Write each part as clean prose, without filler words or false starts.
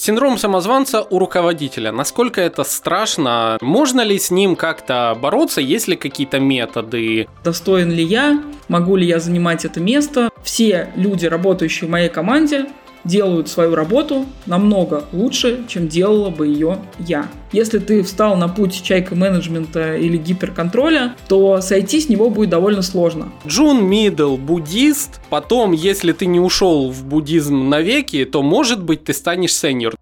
Синдром самозванца у руководителя. Насколько это страшно? Можно ли с ним как-то бороться? Есть ли какие-то методы? Достоин ли я? Могу ли я занимать это место? Все люди, работающие в моей команде, делают свою работу намного лучше, чем делала бы ее я. Если ты встал на путь чайка-менеджмента или гиперконтроля, то сойти с него будет довольно сложно. Джун Мидл, буддист. Потом, если ты не ушел в буддизм навеки, то, может быть, ты станешь сеньор.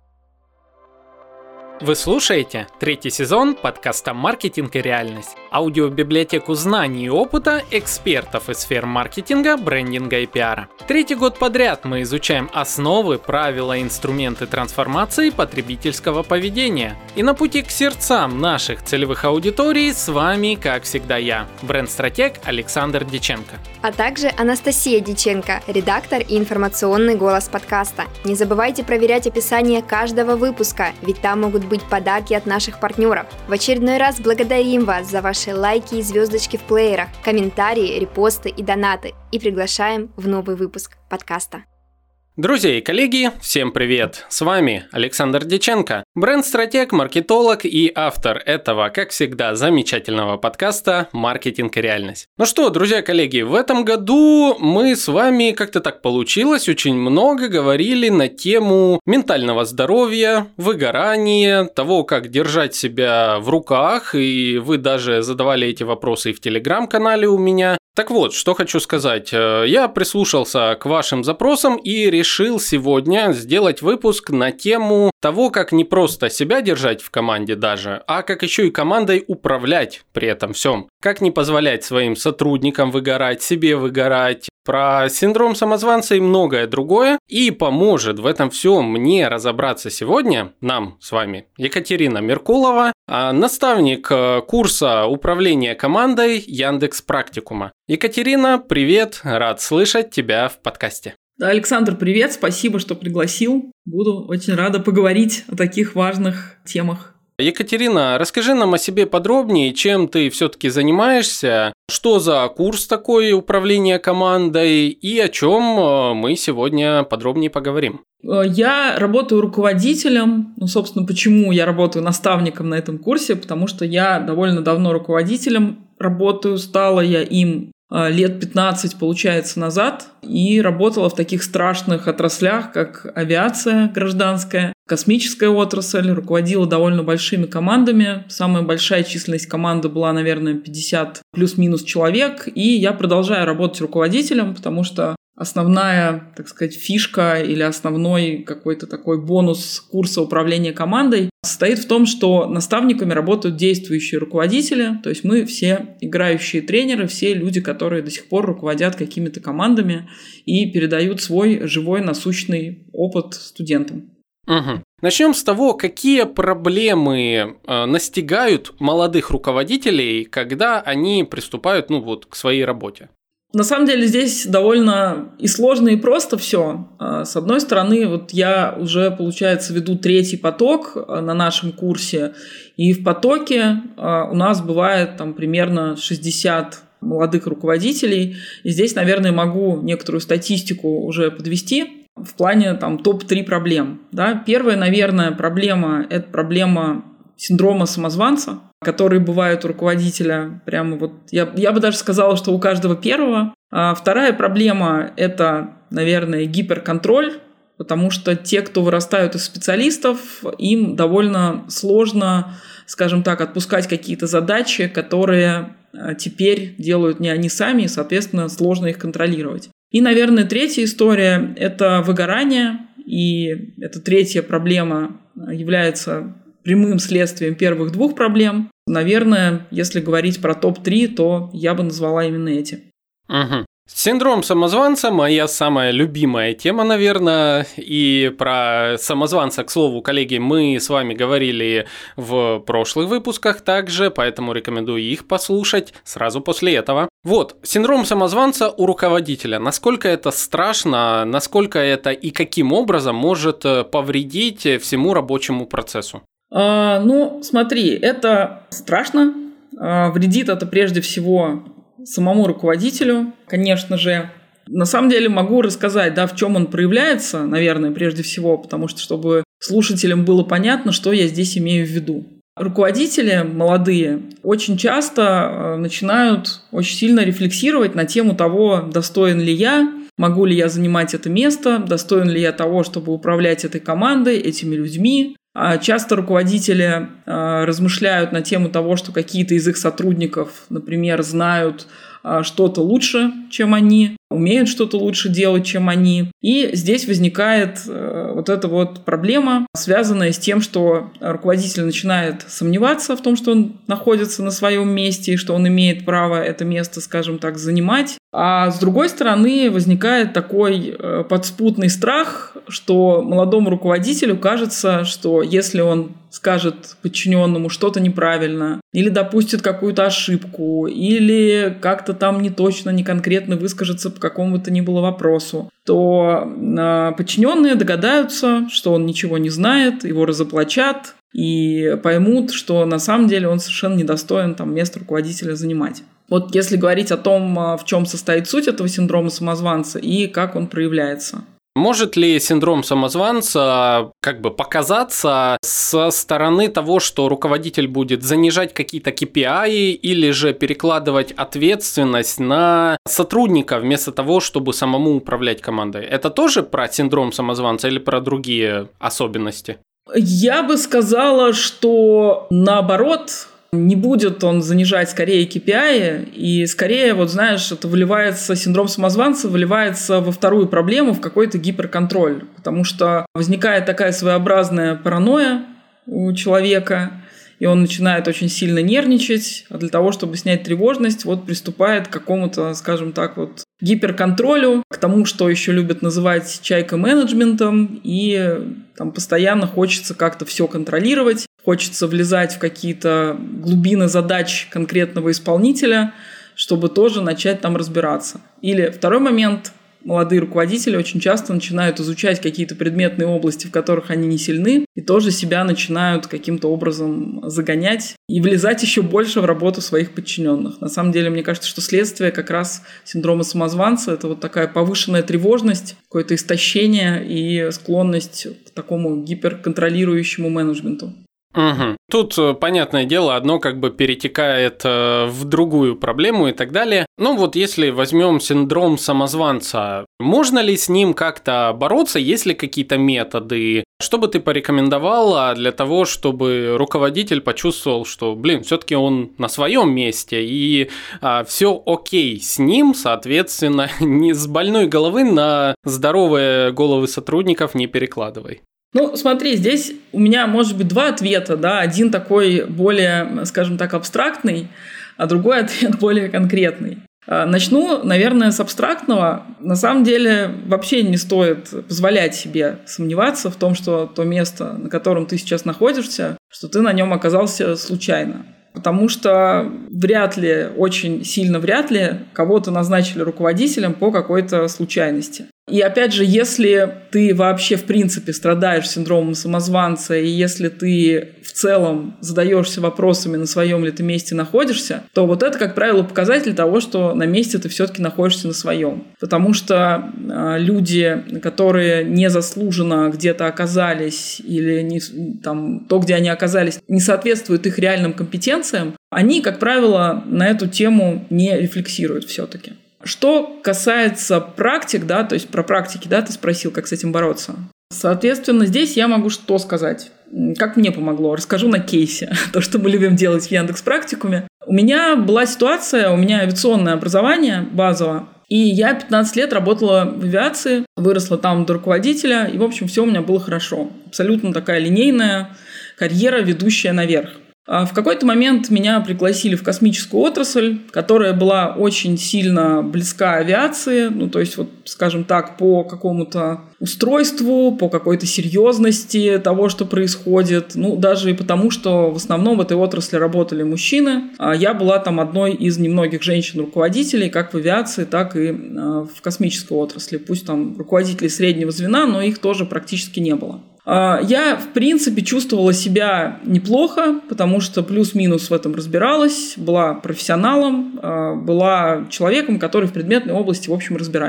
Вы слушаете третий сезон подкаста «Маркетинг и реальность». Аудиобиблиотеку знаний и опыта экспертов из сфер маркетинга, брендинга и пиара. Третий год подряд мы изучаем основы, правила и инструменты трансформации потребительского поведения. И на пути к сердцам наших целевых аудиторий с вами, как всегда, я, бренд-стратег Александр Диченко. А также Анастасия Диченко, редактор и информационный голос подкаста. Не забывайте проверять описание каждого выпуска, ведь там могут быть подарки от наших партнеров. В очередной раз благодарим вас за ваши лайки и звездочки в плеерах, комментарии, репосты и донаты. И приглашаем в новый выпуск подкаста. Друзья и коллеги, всем привет! С вами Александр Диченко, бренд-стратег, маркетолог и автор этого, как всегда, замечательного подкаста «Маркетинг и реальность». Ну что, друзья и коллеги, в этом году мы с вами, как-то так получилось, очень много говорили на тему ментального здоровья, выгорания, того, как держать себя в руках, и вы даже задавали эти вопросы и в телеграм-канале у меня. Так вот, что хочу сказать. Я прислушался к вашим запросам и решил сегодня сделать выпуск на тему того, как не просто себя держать в команде даже, а как еще и командой управлять при этом всем. Как не позволять своим сотрудникам выгорать, себе выгорать. Про синдром самозванца и многое другое. И поможет в этом всем мне разобраться сегодня, нам с вами, Екатерина Меркулова, наставник курса управления командой Яндекс.Практикума. Екатерина, привет, рад слышать тебя в подкасте. Александр, привет, спасибо, что пригласил. Буду очень рада поговорить о таких важных темах. Екатерина, расскажи нам о себе подробнее, чем ты все-таки занимаешься, что за курс такой управления командой и о чем мы сегодня подробнее поговорим. Я работаю руководителем. Собственно, почему я работаю наставником на этом курсе? Потому что я довольно давно руководителем работаю, стала я им лет 15, получается, назад, и работала в таких страшных отраслях, как авиация гражданская, космическая отрасль, руководила довольно большими командами. Самая большая численность команды была, наверное, 50 плюс-минус человек, и я продолжаю работать руководителем, потому что основная, так сказать, фишка или основной какой-то такой бонус курса управления командой состоит в том, что наставниками работают действующие руководители, то есть мы все играющие тренеры, все люди, которые до сих пор руководят какими-то командами и передают свой живой насущный опыт студентам. Угу. Начнем с того, какие проблемы настигают молодых руководителей, когда они приступают к своей работе. На самом деле здесь довольно и сложно, и просто все. С одной стороны, я уже, получается, веду третий поток на нашем курсе, и в потоке у нас бывает примерно 60 молодых руководителей, и здесь, наверное, могу некоторую статистику уже подвести в плане топ-3 проблем. Да? Первая, наверное, проблема – это проблема синдрома самозванца, которые бывают у руководителя я бы даже сказала, что у каждого первого. А вторая проблема – это, наверное, гиперконтроль, потому что те, кто вырастают из специалистов, им довольно сложно, скажем так, отпускать какие-то задачи, которые теперь делают не они сами, и, соответственно, сложно их контролировать. И, наверное, третья история – это выгорание, и эта третья проблема является прямым следствием первых двух проблем. Наверное, если говорить про топ-3, то я бы назвала именно эти. Угу. Синдром самозванца – моя самая любимая тема, наверное, и про самозванца, к слову, коллеги, мы с вами говорили в прошлых выпусках также, поэтому рекомендую их послушать сразу после этого. Синдром самозванца у руководителя. Насколько это страшно, насколько это и каким образом может повредить всему рабочему процессу? Смотри, это страшно. Вредит это прежде всего самому руководителю, конечно же. На самом деле могу рассказать, в чем он проявляется, наверное, прежде всего, потому что, чтобы слушателям было понятно, что я здесь имею в виду. Руководители молодые очень часто начинают очень сильно рефлексировать на тему того, достоин ли я, могу ли я занимать это место, достоин ли я того, чтобы управлять этой командой, этими людьми. Часто руководители размышляют на тему того, что какие-то из их сотрудников, например, знают что-то лучше, чем они, умеют что-то лучше делать, чем они. И здесь возникает вот эта вот проблема, связанная с тем, что руководитель начинает сомневаться в том, что он находится на своем месте и что он имеет право это место, скажем так, занимать. А с другой стороны возникает такой подспудный страх, что молодому руководителю кажется, что если он скажет подчиненному что-то неправильно, или допустит какую-то ошибку, или как-то там не точно, не конкретно выскажется по какому бы то ни было вопросу, то подчиненные догадаются, что он ничего не знает, его разоблачат и поймут, что на самом деле он совершенно недостоин там место руководителя занимать. Вот если говорить о том, в чем состоит суть этого синдрома самозванца и как он проявляется. Может ли синдром самозванца показаться со стороны того, что руководитель будет занижать какие-то KPI или же перекладывать ответственность на сотрудника вместо того, чтобы самому управлять командой? Это тоже про синдром самозванца или про другие особенности? Я бы сказала, что наоборот, не будет он занижать скорее KPI, и скорее, это выливается, синдром самозванца выливается во вторую проблему, в какой-то гиперконтроль, потому что возникает такая своеобразная паранойя у человека, и он начинает очень сильно нервничать, а для того, чтобы снять тревожность, приступает к какому-то, скажем так, гиперконтролю, к тому, что еще любят называть чайка-менеджментом, и там постоянно хочется как-то все контролировать, хочется влезать в какие-то глубины задач конкретного исполнителя, чтобы тоже начать там разбираться. Или второй момент. Молодые руководители очень часто начинают изучать какие-то предметные области, в которых они не сильны, и тоже себя начинают каким-то образом загонять и влезать еще больше в работу своих подчиненных. На самом деле, мне кажется, что следствие как раз синдрома самозванца – это такая повышенная тревожность, какое-то истощение и склонность к такому гиперконтролирующему менеджменту. Угу. Тут, понятное дело, одно перетекает в другую проблему и так далее. Если возьмем синдром самозванца, можно ли с ним как-то бороться, есть ли какие-то методы? Что бы ты порекомендовала для того, чтобы руководитель почувствовал, что, все-таки он на своем месте и все окей с ним, соответственно, не с больной головы на здоровые головы сотрудников не перекладывай? Смотри, здесь у меня может быть два ответа, да, один такой более, скажем так, абстрактный, а другой ответ более конкретный. Начну, наверное, с абстрактного. На самом деле вообще не стоит позволять себе сомневаться в том, что то место, на котором ты сейчас находишься, что ты на нем оказался случайно. Потому что очень сильно вряд ли кого-то назначили руководителем по какой-то случайности. И опять же, если ты вообще в принципе страдаешь синдромом самозванца, и если ты в целом задаешься вопросами, на своем ли ты месте находишься, то это, как правило, показатель того, что на месте ты все-таки находишься на своем. Потому что люди, которые незаслуженно где-то оказались, или то, где они оказались, не соответствует их реальным компетенциям, они, как правило, на эту тему не рефлексируют все-таки. Что касается практик, да, то есть про практики, да, ты спросил, как с этим бороться. Соответственно, здесь я могу что сказать. Как мне помогло? Расскажу на кейсе. То, что мы любим делать в Яндекс.Практикуме. У меня была ситуация, у меня авиационное образование базово, и я 15 лет работала в авиации, выросла там до руководителя, и, в общем, все у меня было хорошо. Абсолютно такая линейная карьера, ведущая наверх. В какой-то момент меня пригласили в космическую отрасль, которая была очень сильно близка авиации, то есть, скажем так, по какому-то устройству, по какой-то серьезности того, что происходит, даже и потому, что в основном в этой отрасли работали мужчины. Я была там одной из немногих женщин-руководителей, как в авиации, так и в космической отрасли. Пусть там руководители среднего звена, но их тоже практически не было. Я, в принципе, чувствовала себя неплохо, потому что плюс-минус в этом разбиралась, была профессионалом, была человеком, который в предметной области, в общем, разбирается.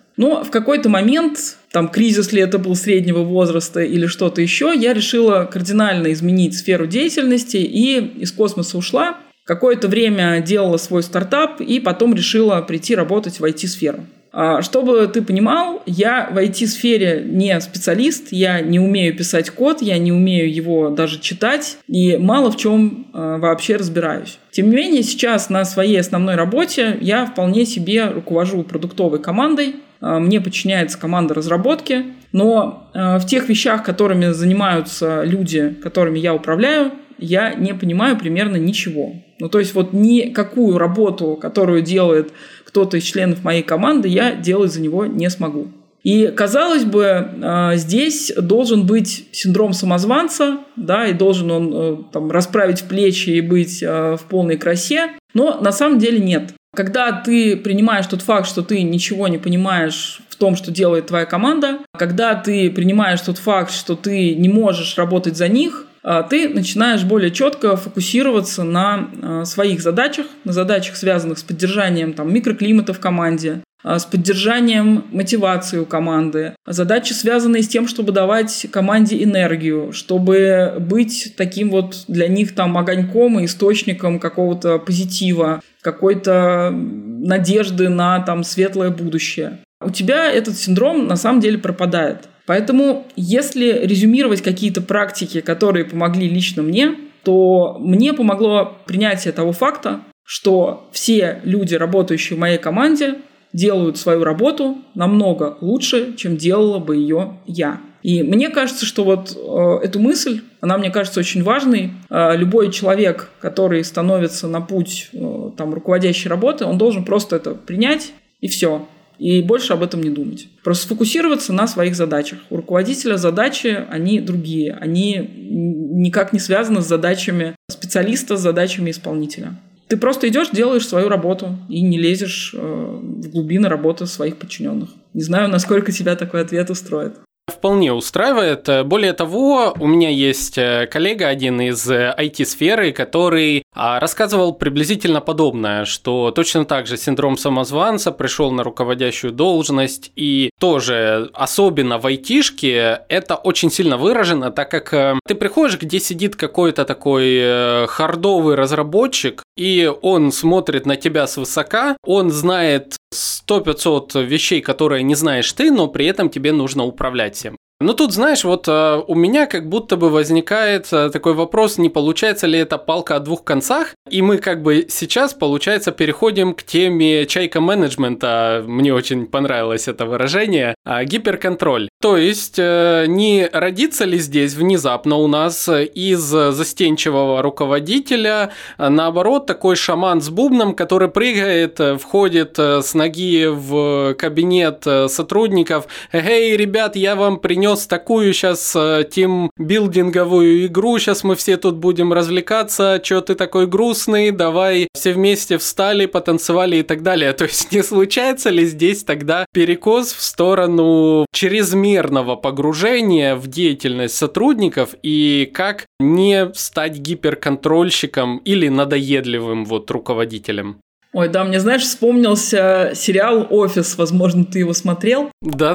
Но в какой-то момент, там кризис ли это был среднего возраста или что-то еще, я решила кардинально изменить сферу деятельности и из космоса ушла. Какое-то время делала свой стартап и потом решила прийти работать в IT-сферу. Чтобы ты понимал, я в IT-сфере не специалист, я не умею писать код, я не умею его даже читать и мало в чем вообще разбираюсь. Тем не менее, сейчас на своей основной работе я вполне себе руковожу продуктовой командой, мне подчиняется команда разработки, но в тех вещах, которыми занимаются люди, которыми я управляю, я не понимаю примерно ничего. То есть никакую работу, которую делает кто-то из членов моей команды, я делать за него не смогу. И, казалось бы, здесь должен быть синдром самозванца, да, и должен он расправить плечи и быть в полной красе, но на самом деле нет. Когда ты принимаешь тот факт, что ты ничего не понимаешь в том, что делает твоя команда, когда ты принимаешь тот факт, что ты не можешь работать за них, ты начинаешь более четко фокусироваться на своих задачах, на задачах, связанных с поддержанием микроклимата в команде, с поддержанием мотивации у команды, задачи, связанные с тем, чтобы давать команде энергию, чтобы быть таким для них огоньком и источником какого-то позитива, какой-то надежды на светлое будущее. У тебя этот синдром на самом деле пропадает. Поэтому, если резюмировать какие-то практики, которые помогли лично мне, то мне помогло принятие того факта, что все люди, работающие в моей команде, делают свою работу намного лучше, чем делала бы ее я. И мне кажется, что эту мысль, она мне кажется очень важной. Любой человек, который становится на путь руководящей работы, он должен просто это принять, и все. И больше об этом не думать. Просто сфокусироваться на своих задачах. У руководителя задачи, они другие. Они никак не связаны с задачами специалиста, с задачами исполнителя. Ты просто идешь, делаешь свою работу и не лезешь в глубины работы своих подчиненных. Не знаю, насколько тебя такой ответ устроит. Вполне устраивает. Более того, у меня есть коллега, один из IT-сферы, который рассказывал приблизительно подобное, что точно так же синдром самозванца, пришел на руководящую должность, и тоже, особенно в IT-шке, это очень сильно выражено, так как ты приходишь, где сидит какой-то такой хардовый разработчик, и он смотрит на тебя свысока, он знает 100-500 вещей, которые не знаешь ты, но при этом тебе нужно управлять всем. Ну тут, знаешь, у меня как будто бы возникает такой вопрос, не получается ли это палка о двух концах, и мы сейчас, получается, переходим к теме чайка-менеджмента, мне очень понравилось это выражение, гиперконтроль. То есть, не родится ли здесь внезапно у нас из застенчивого руководителя, наоборот, такой шаман с бубном, который прыгает, входит с ноги в кабинет сотрудников, «Эй, ребят, я вам принес такую сейчас тимбилдинговую игру, сейчас мы все тут будем развлекаться, чё ты такой грустный, давай все вместе встали, потанцевали и так далее». То есть не случается ли здесь тогда перекос в сторону чрезмерного погружения в деятельность сотрудников и как не стать гиперконтрольщиком или надоедливым руководителем? Ой, да, мне, знаешь, вспомнился сериал «Офис», возможно, ты его смотрел?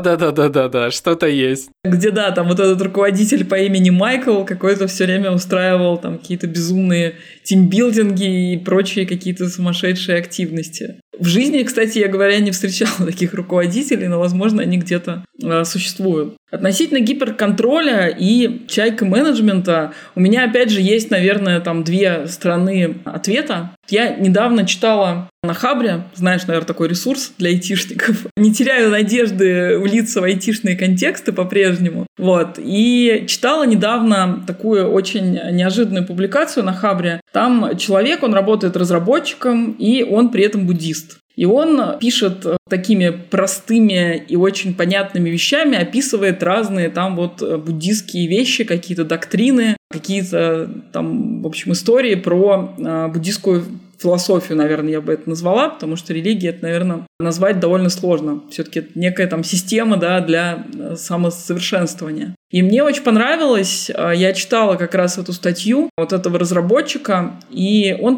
Да, что-то есть. Где, да, там этот руководитель по имени Майкл какой-то все время устраивал какие-то безумные тимбилдинги и прочие какие-то сумасшедшие активности. В жизни, кстати, я говоря, не встречала таких руководителей, но, возможно, они где-то существуют. Относительно гиперконтроля и чайка-менеджмента у меня, опять же, есть, наверное, две стороны ответа. Я недавно читала на Хабре, знаешь, наверное, такой ресурс для айтишников. Не теряю надежды влиться в айтишные контексты по-прежнему. И читала недавно такую очень неожиданную публикацию на Хабре. Там человек, он работает разработчиком, и он при этом буддист. И он пишет такими простыми и очень понятными вещами, описывает разные буддистские вещи, какие-то доктрины, какие-то там, в общем, истории про буддийскую философию, наверное, я бы это назвала, потому что религия это, наверное, назвать довольно сложно. Все-таки это некая там система, да, для самосовершенствования. И мне очень понравилось, я читала как раз эту статью вот этого разработчика, и он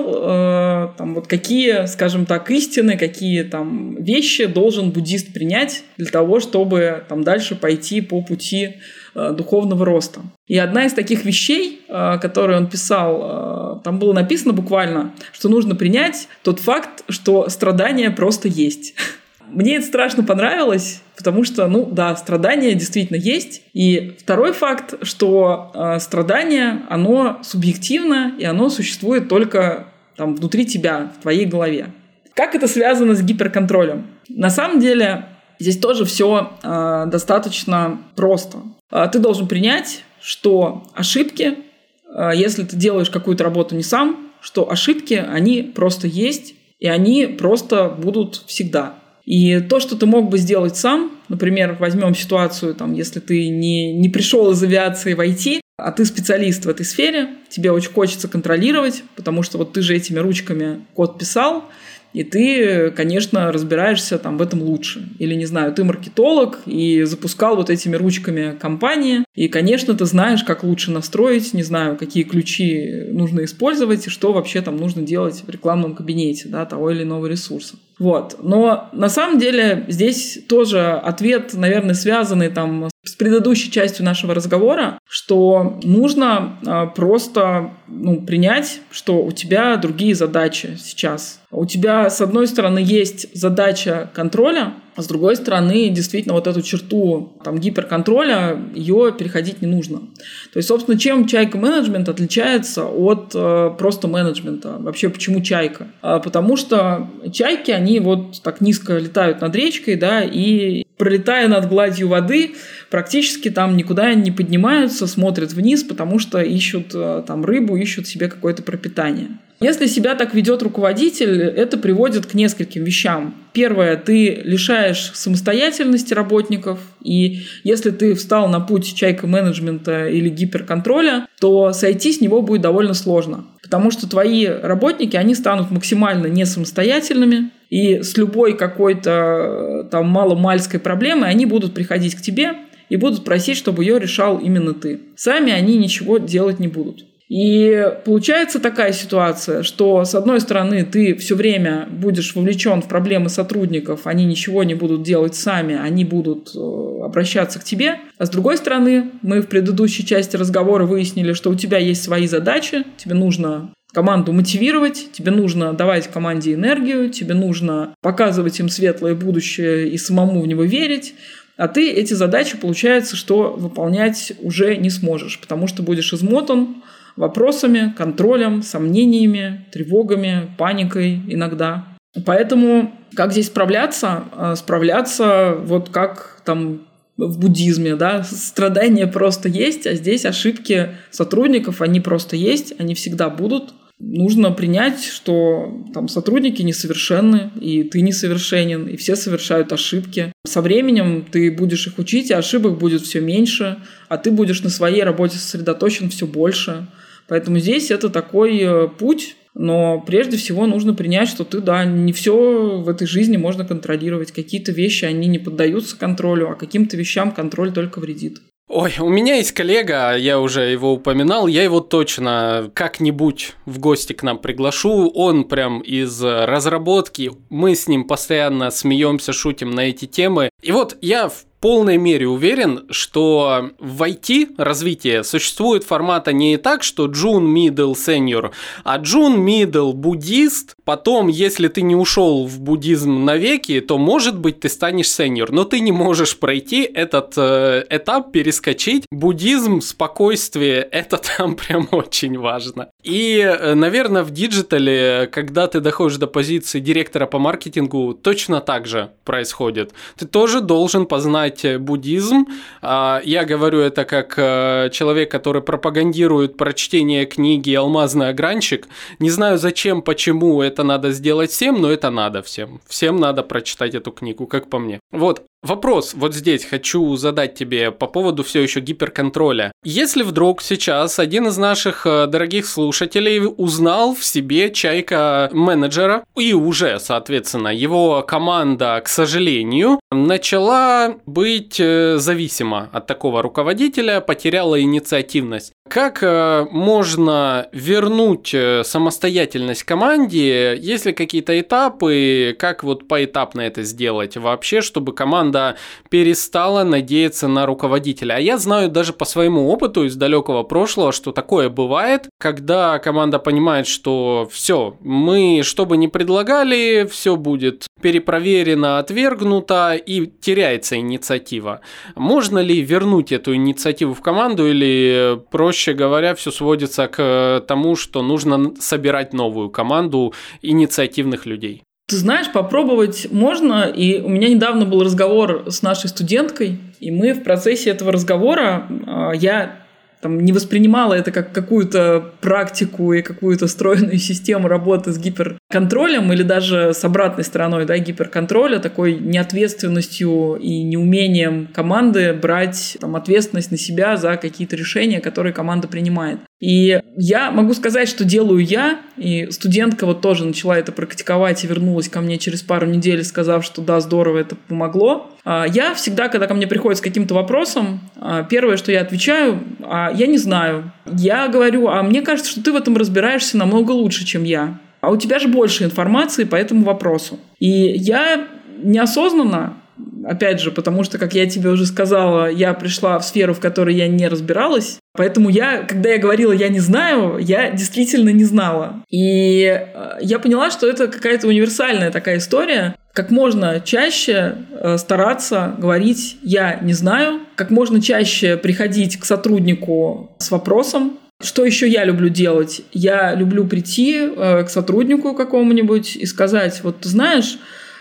писал там вот какие, скажем так, истины, какие там вещи должен буддист принять для того, чтобы там дальше пойти по пути духовного роста. И одна из таких вещей, которые он писал, там было написано буквально, что нужно принять тот факт, что страдания просто есть. Мне это страшно понравилось, потому что, страдания действительно есть. И второй факт, что страдание, оно субъективно, и оно существует только там внутри тебя, в твоей голове. Как это связано с гиперконтролем? На самом деле, здесь тоже все достаточно просто. Ты должен принять, что ошибки, если ты делаешь какую-то работу не сам, что ошибки, они просто есть, и они просто будут всегда. И то, что ты мог бы сделать сам, например, возьмем ситуацию, там, если ты не пришел из авиации в IT, а ты специалист в этой сфере, тебе очень хочется контролировать, потому что вот ты же этими ручками код писал, и ты, конечно, разбираешься там в этом лучше. Или, не знаю, ты маркетолог и запускал вот этими ручками компании, и, конечно, ты знаешь, как лучше настроить, не знаю, какие ключи нужно использовать, и что вообще там нужно делать в рекламном кабинете, да, того или иного ресурса. Вот. Но на самом деле здесь тоже ответ, наверное, связанный там с предыдущей частью нашего разговора, что нужно просто принять, что у тебя другие задачи сейчас. У тебя, с одной стороны, есть задача контроля, а с другой стороны, действительно, вот эту черту там, гиперконтроля, ее переходить не нужно. То есть, собственно, чем чайка-менеджмент отличается от просто менеджмента? Вообще, почему чайка? Потому что чайки, они вот так низко летают над речкой, да, и пролетая над гладью воды, практически там никуда не поднимаются, смотрят вниз, потому что ищут там рыбу, ищут себе какое-то пропитание. Если себя так ведет руководитель, это приводит к нескольким вещам. Первое, ты лишаешь самостоятельности работников, и если ты встал на путь чайка-менеджмента или гиперконтроля, то сойти с него будет довольно сложно. Потому что твои работники, они станут максимально не самостоятельными, и с любой какой-то там маломальской проблемой они будут приходить к тебе и будут просить, чтобы ее решал именно ты. Сами они ничего делать не будут. И получается такая ситуация, что, с одной стороны, ты все время будешь вовлечен в проблемы сотрудников, они ничего не будут делать сами, они будут обращаться к тебе. А с другой стороны, мы в предыдущей части разговора выяснили, что у тебя есть свои задачи, тебе нужно команду мотивировать, тебе нужно давать команде энергию, тебе нужно показывать им светлое будущее и самому в него верить. А ты эти задачи, получается, что выполнять уже не сможешь, потому что будешь измотан вопросами, контролем, сомнениями, тревогами, паникой иногда. Поэтому как здесь справляться? Справляться вот как там в буддизме, да, страдания просто есть, а здесь ошибки сотрудников, они просто есть, они всегда будут. Нужно принять, что там сотрудники несовершенны, и ты несовершенен, и все совершают ошибки. Со временем ты будешь их учить, и ошибок будет все меньше, а ты будешь на своей работе сосредоточен все больше. Поэтому здесь это такой путь, но прежде всего нужно принять, что не все в этой жизни можно контролировать. Какие-то вещи, они не поддаются контролю, а каким-то вещам контроль только вредит. Ой, у меня есть коллега, я уже его упоминал, я его точно как-нибудь в гости к нам приглашу, он прям из разработки, мы с ним постоянно смеемся, шутим на эти темы. И вот я в полной мере уверен, что в IT развитие существует формата не так, что джун, middle, senior, а джун, middle, буддист. Потом, если ты не ушел в буддизм навеки, то, может быть, ты станешь senior. Но ты не можешь пройти этот этап, перескочить. Буддизм, спокойствие, это там прям очень важно. И, наверное, в диджитале, когда ты доходишь до позиции директора по маркетингу, точно так же происходит. Ты тоже должен познать буддизм. Я говорю это как человек, который пропагандирует прочтение книги «Алмазный огранщик». Не знаю, зачем, почему это надо сделать всем, но это надо всем. Всем надо прочитать эту книгу, как по мне. Вот. Вопрос вот здесь хочу задать тебе по поводу все еще гиперконтроля. Если вдруг сейчас один из наших дорогих слушателей узнал в себе чайка-менеджера, и уже, соответственно, его команда, к сожалению, начала быть зависима от такого руководителя, потеряла инициативность. Как можно вернуть самостоятельность команде? Есть ли какие-то этапы? Как вот поэтапно это сделать вообще, чтобы команда перестала надеяться на руководителя? А я знаю даже по своему опыту из далекого прошлого, что такое бывает, когда команда понимает, что все, мы что бы ни предлагали, все будет перепроверено, отвергнуто и теряется инициатива. Можно ли вернуть эту инициативу в команду или, проще говоря, все сводится к тому, что нужно собирать новую команду инициативных людей? Ты знаешь, попробовать можно, и у меня недавно был разговор с нашей студенткой, и мы в процессе этого разговора, я не воспринимала это как какую-то практику и какую-то стройную систему работы с гиперконтролем или даже с обратной стороной, гиперконтроля, такой неответственностью и неумением команды брать ответственность на себя за какие-то решения, которые команда принимает. И я могу сказать, что делаю я, и студентка вот тоже начала это практиковать и вернулась ко мне через пару недель, сказав, что да, здорово, это помогло. Я всегда, когда ко мне приходят с каким-то вопросом, первое, что я отвечаю, я не знаю. Я говорю, мне кажется, что ты в этом разбираешься намного лучше, чем я. А у тебя же больше информации по этому вопросу. И я неосознанно, опять же, потому что, как я тебе уже сказала, я пришла в сферу, в которой я не разбиралась. Поэтому когда я говорила «я не знаю», я действительно не знала. И я поняла, что это какая-то универсальная такая история. Как можно чаще стараться говорить «я не знаю», как можно чаще приходить к сотруднику с вопросом. Что еще я люблю делать? Я люблю прийти к сотруднику какому-нибудь и сказать: вот ты знаешь,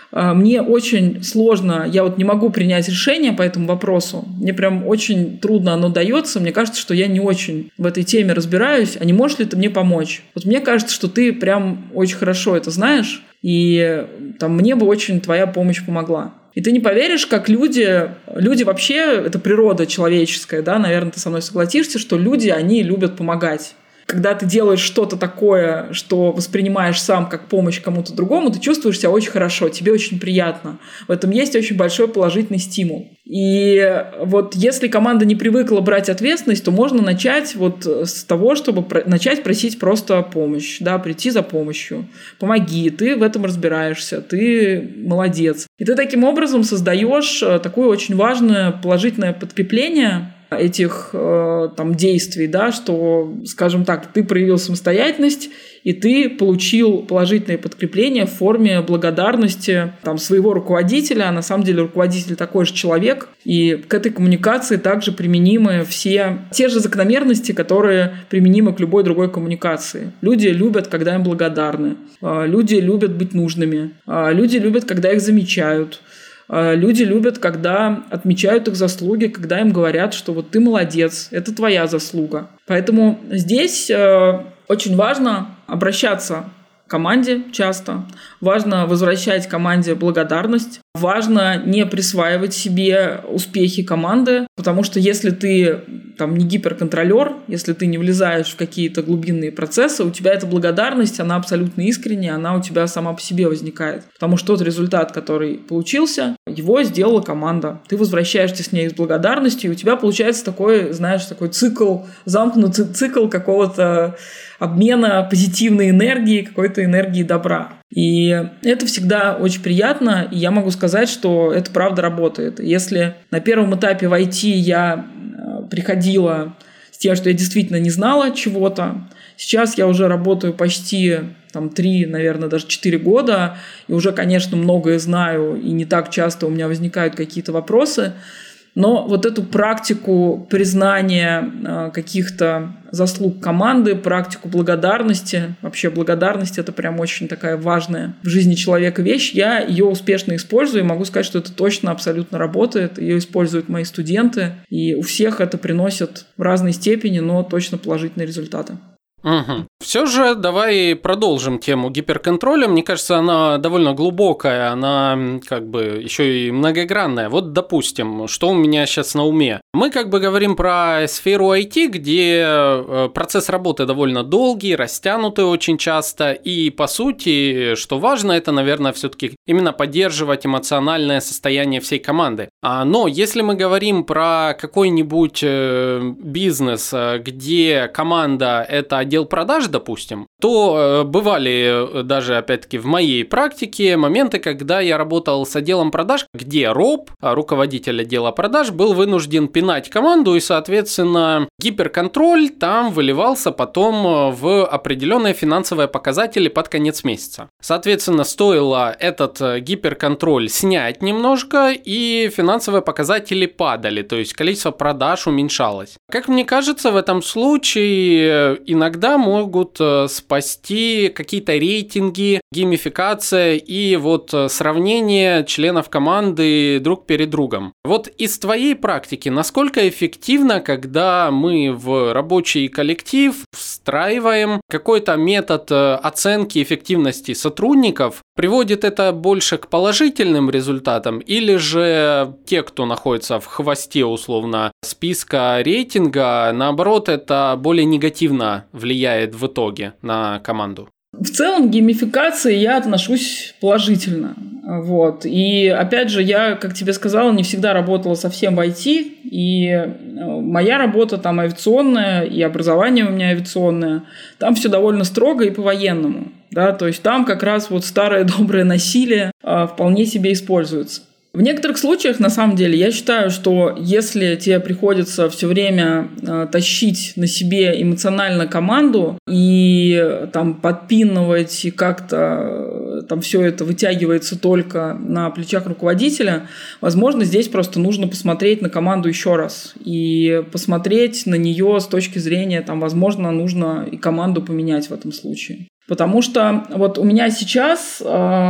мне очень сложно, я вот не могу принять решение по этому вопросу. Мне прям очень трудно оно дается. Мне кажется, что я не очень в этой теме разбираюсь. А не можешь ли ты мне помочь? Вот мне кажется, что ты прям очень хорошо это знаешь, и мне бы очень твоя помощь помогла. И ты не поверишь, как люди вообще, это природа человеческая, наверное, ты со мной согласишься, что люди, они любят помогать. Когда ты делаешь что-то такое, что воспринимаешь сам как помощь кому-то другому, ты чувствуешь себя очень хорошо, тебе очень приятно. В этом есть очень большой положительный стимул. И вот если команда не привыкла брать ответственность, то можно начать вот с того, чтобы начать просить просто помощь, прийти за помощью. Помоги, ты в этом разбираешься, ты молодец. И ты таким образом создаешь такое очень важное положительное подкрепление этих действий, что, скажем так, ты проявил самостоятельность, и ты получил положительное подкрепление в форме благодарности своего руководителя. А на самом деле руководитель такой же человек, и к этой коммуникации также применимы все те же закономерности, которые применимы к любой другой коммуникации. Люди любят, когда им благодарны. Люди любят быть нужными. Люди любят, когда их замечают. Люди любят, когда отмечают их заслуги, когда им говорят, что вот ты молодец, это твоя заслуга. Поэтому здесь очень важно обращаться к команде часто, важно возвращать команде благодарность, важно не присваивать себе успехи команды, потому что если ты не гиперконтролер, если ты не влезаешь в какие-то глубинные процессы, у тебя эта благодарность, она абсолютно искренняя, она у тебя сама по себе возникает. Потому что тот результат, который получился, его сделала команда. Ты возвращаешься с ней с благодарностью, и у тебя получается такой цикл, замкнутый цикл какого-то обмена позитивной энергии, какой-то энергии добра. И это всегда очень приятно, и я могу сказать, что это правда работает. Если на первом этапе в IT я приходила с тем, что я действительно не знала чего-то, сейчас я уже работаю почти 3, наверное, даже 4 года, и уже, конечно, многое знаю, и не так часто у меня возникают какие-то вопросы, но вот эту практику признания каких-то заслуг команды, практику благодарности, вообще благодарность — это прям очень такая важная в жизни человека вещь, я ее успешно использую и могу сказать, что это точно абсолютно работает, ее используют мои студенты, и у всех это приносит в разной степени, но точно положительные результаты. Угу. Все же давай продолжим тему гиперконтроля. Мне кажется, она довольно глубокая, она как бы еще и многогранная. Вот, допустим, что у меня сейчас на уме. Мы как бы говорим про сферу IT, где процесс работы довольно долгий, растянутый очень часто. И по сути, что важно, это, наверное, все-таки именно поддерживать эмоциональное состояние всей команды. Но если мы говорим про какой-нибудь бизнес, где команда – это отдел продаж, допустим, то бывали даже, опять-таки, в моей практике моменты, когда я работал с отделом продаж, где руководитель отдела продаж, был вынужден пинать команду, и, соответственно, гиперконтроль там выливался потом в определенные финансовые показатели под конец месяца. Соответственно, стоило этот гиперконтроль снять немножко, и финансовые показатели падали, то есть количество продаж уменьшалось. Как мне кажется, в этом случае иногда могут спасти какие-то рейтинги, геймификация и вот сравнение членов команды друг перед другом. Вот из твоей практики, насколько эффективно, когда мы в рабочий коллектив встраиваем какой-то метод оценки эффективности сотрудников, приводит это больше к положительным результатам, или же те, кто находится в хвосте условно списка рейтинга, наоборот, это более негативно влияет в итоге на команду? В целом к геймификации я отношусь положительно. Вот. И опять же, я, как тебе сказала, не всегда работала совсем в IT, и моя работа там авиационная, и образование у меня авиационное, там все довольно строго и по-военному. Да? То есть там как раз вот старое доброе насилие вполне себе используется. В некоторых случаях, на самом деле, я считаю, что если тебе приходится все время тащить на себе эмоционально команду и там подпинывать, и как-то там все это вытягивается только на плечах руководителя, возможно, здесь просто нужно посмотреть на команду еще раз и посмотреть на нее с точки зрения, там, возможно, нужно и команду поменять в этом случае. Потому что вот у меня сейчас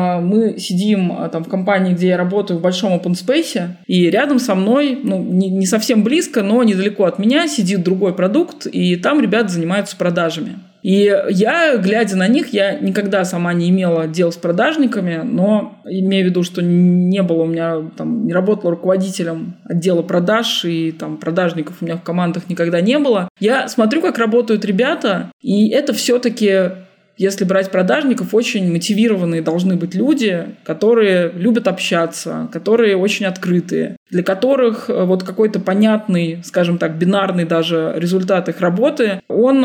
мы сидим там в компании, где я работаю, в большом open space, и рядом со мной, ну, не совсем близко, но недалеко от меня сидит другой продукт, и там ребята занимаются продажами. И я, глядя на них, я никогда сама не имела дел с продажниками, но имею в виду, что не было у меня, там, не работала руководителем отдела продаж, и там продажников у меня в командах никогда не было. Я смотрю, как работают ребята, и это все-таки... Если брать продажников, очень мотивированные должны быть люди, которые любят общаться, которые очень открытые, для которых вот какой-то понятный, скажем так, бинарный даже результат их работы, он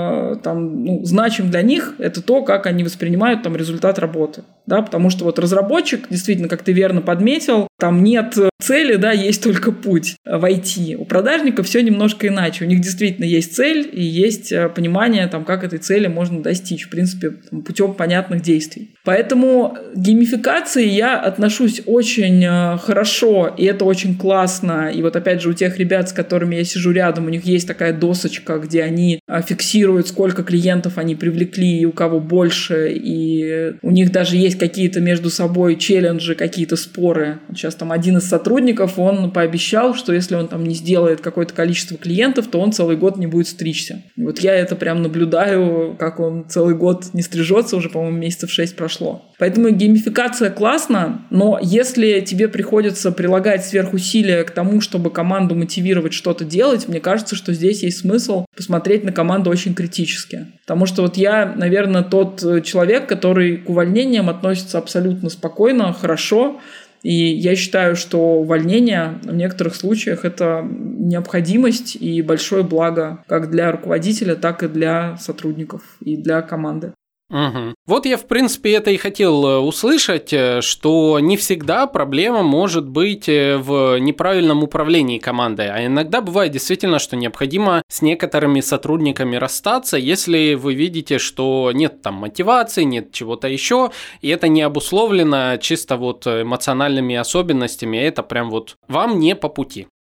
там, ну, значим для них, это то, как они воспринимают там результат работы. Да? Потому что вот разработчик, действительно, как ты верно подметил, там нет цели, да, есть только путь в IT. У продажников все немножко иначе. У них действительно есть цель и есть понимание, там, как этой цели можно достичь, в принципе, путем понятных действий. Поэтому к геймификации я отношусь очень хорошо, и это очень классно. И вот опять же у тех ребят, с которыми я сижу рядом, у них есть такая досочка, где они фиксируют, сколько клиентов они привлекли, и у кого больше, и у них даже есть какие-то между собой челленджи, какие-то споры. Сейчас там один из сотрудников, он пообещал, что если он там не сделает какое-то количество клиентов, то он целый год не будет стричься. И вот я это прям наблюдаю, как он целый год не стрижется, уже, по-моему, месяцев 6 прошло. Поэтому геймификация классно, но если тебе приходится прилагать сверхусилия к тому, чтобы команду мотивировать что-то делать, мне кажется, что здесь есть смысл посмотреть на команду очень критически. Потому что вот я, наверное, тот человек, который к увольнениям относится абсолютно спокойно, хорошо. И я считаю, что увольнение в некоторых случаях это необходимость и большое благо как для руководителя, так и для сотрудников и для команды. Угу. Вот я, в принципе, это и хотел услышать, что не всегда проблема может быть в неправильном управлении командой, а иногда бывает действительно, что необходимо с некоторыми сотрудниками расстаться, если вы видите, что нет там мотивации, нет чего-то еще, и это не обусловлено чисто вот эмоциональными особенностями, это прям вот вам не по пути.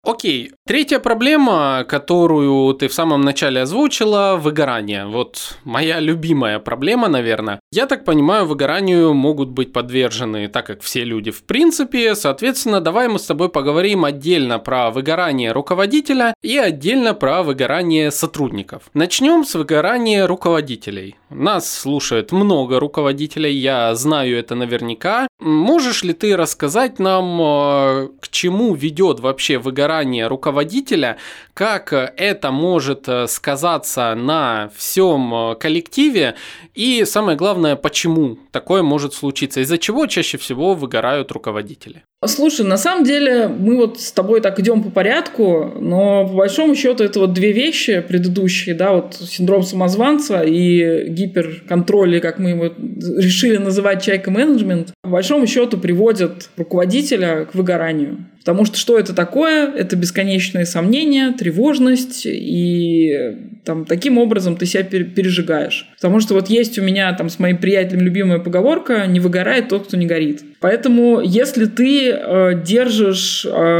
Окей. Третья проблема, которую ты в самом начале озвучила – выгорание. Вот моя любимая проблема, наверное. Я так понимаю, выгоранию могут быть подвержены, так как все люди в принципе. Соответственно, давай мы с тобой поговорим отдельно про выгорание руководителя и отдельно про выгорание сотрудников. Начнем с выгорания руководителей. Нас слушает много руководителей, я знаю это наверняка. Можешь ли ты рассказать нам, к чему ведет вообще выгорание руководителя, как это может сказаться на всем коллективе и, самое главное, почему такое может случиться, из-за чего чаще всего выгорают руководители? Слушай, на самом деле мы вот с тобой так идем по порядку, но по большому счету это вот две вещи предыдущие, да, вот синдром самозванца и гиперконтроль, или как мы его решили называть чайка-менеджмент, по большому счету приводят руководителя к выгоранию. Потому что это такое? Это бесконечные сомнения, тревожность, и там, таким образом ты себя пережигаешь. Потому что вот есть у меня там с моим приятелем любимая поговорка: не выгорает тот, кто не горит. Поэтому если ты держишь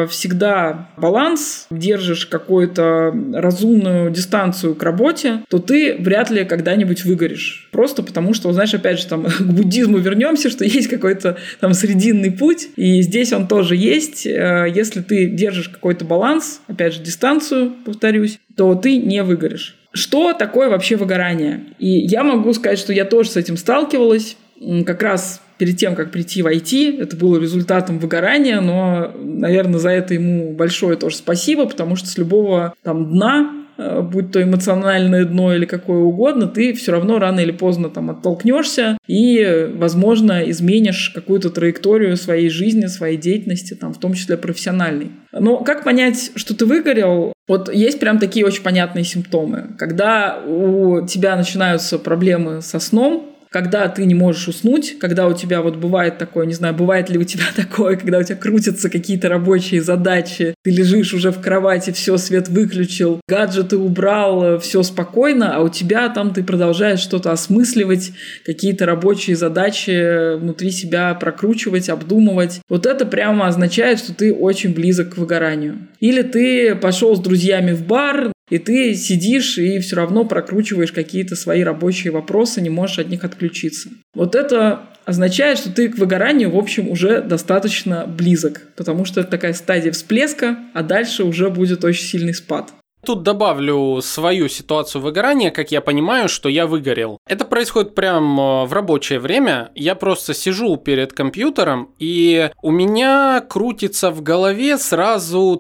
всегда баланс, держишь какую-то разумную дистанцию к работе, то ты вряд ли когда-нибудь выгоришь. Просто потому что, знаешь, опять же, там, к буддизму вернемся, что есть какой-то там срединный путь, и здесь он тоже есть. Если ты держишь какой-то баланс, опять же, дистанцию, повторюсь, то ты не выгоришь. Что такое вообще выгорание? И я могу сказать, что я тоже с этим сталкивалась. Как раз перед тем, как прийти в IT, это было результатом выгорания, но, наверное, за это ему большое тоже спасибо, потому что с любого там дна, будь то эмоциональное дно или какое угодно, ты все равно рано или поздно там оттолкнешься и, возможно, изменишь какую-то траекторию своей жизни, своей деятельности, там, в том числе профессиональной. Но как понять, что ты выгорел? Вот есть прям такие очень понятные симптомы. Когда у тебя начинаются проблемы со сном, когда ты не можешь уснуть, когда у тебя вот бывает такое, не знаю, бывает ли у тебя такое, когда у тебя крутятся какие-то рабочие задачи, ты лежишь уже в кровати, все, свет выключил, гаджеты убрал, все спокойно, а у тебя там ты продолжаешь что-то осмысливать, какие-то рабочие задачи внутри себя прокручивать, обдумывать. Вот это прямо означает, что ты очень близок к выгоранию. Или ты пошел с друзьями в бар, и ты сидишь и все равно прокручиваешь какие-то свои рабочие вопросы, не можешь от них отключиться. Вот это означает, что ты к выгоранию, в общем, уже достаточно близок, потому что это такая стадия всплеска, а дальше уже будет очень сильный спад. Тут добавлю свою ситуацию выгорания, как я понимаю, что я выгорел. Это происходит прямо в рабочее время. Я просто сижу перед компьютером, и у меня крутится в голове сразу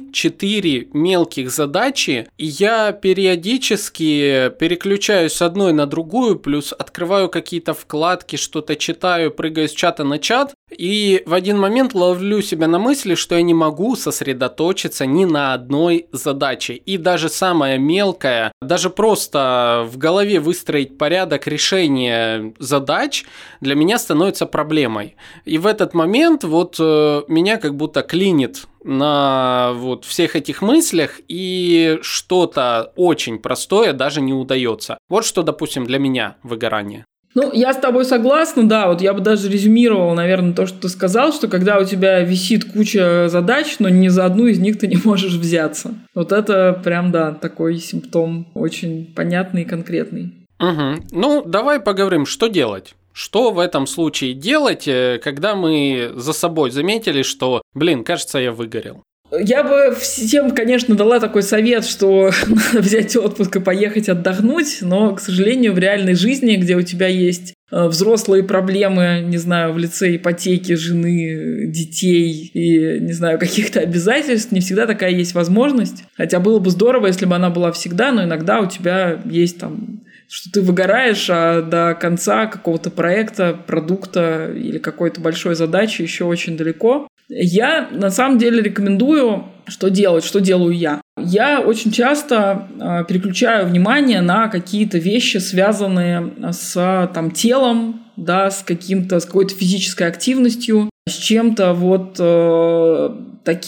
3-4 мелких задачи, и я периодически переключаюсь с одной на другую, плюс открываю какие-то вкладки, что-то читаю, прыгаю с чата на чат, и в один момент ловлю себя на мысли, что я не могу сосредоточиться ни на одной задаче. И даже самое мелкое, даже просто в голове выстроить порядок решения задач для меня становится проблемой. И в этот момент вот меня как будто клинит на вот всех этих мыслях, и что-то очень простое даже не удается. Вот что, допустим, для меня выгорание. Ну, я с тобой согласна, да, вот я бы даже резюмировала, наверное, то, что ты сказал, что когда у тебя висит куча задач, но ни за одну из них ты не можешь взяться. Вот это прям, да, такой симптом очень понятный и конкретный. Угу. Ну, давай поговорим, что делать. Что в этом случае делать, когда мы за собой заметили, что, кажется, я выгорел? Я бы всем, конечно, дала такой совет, что надо взять отпуск и поехать отдохнуть, но, к сожалению, в реальной жизни, где у тебя есть взрослые проблемы, не знаю, в лице ипотеки, жены, детей и, не знаю, каких-то обязательств, не всегда такая есть возможность. Хотя было бы здорово, если бы она была всегда, но иногда у тебя есть там, что ты выгораешь, а до конца какого-то проекта, продукта или какой-то большой задачи еще очень далеко. Я на самом деле рекомендую, что делать, что делаю я. Я очень часто переключаю внимание на какие-то вещи, связанные с телом, да, с какой-то физической активностью, с чем-то вот таким.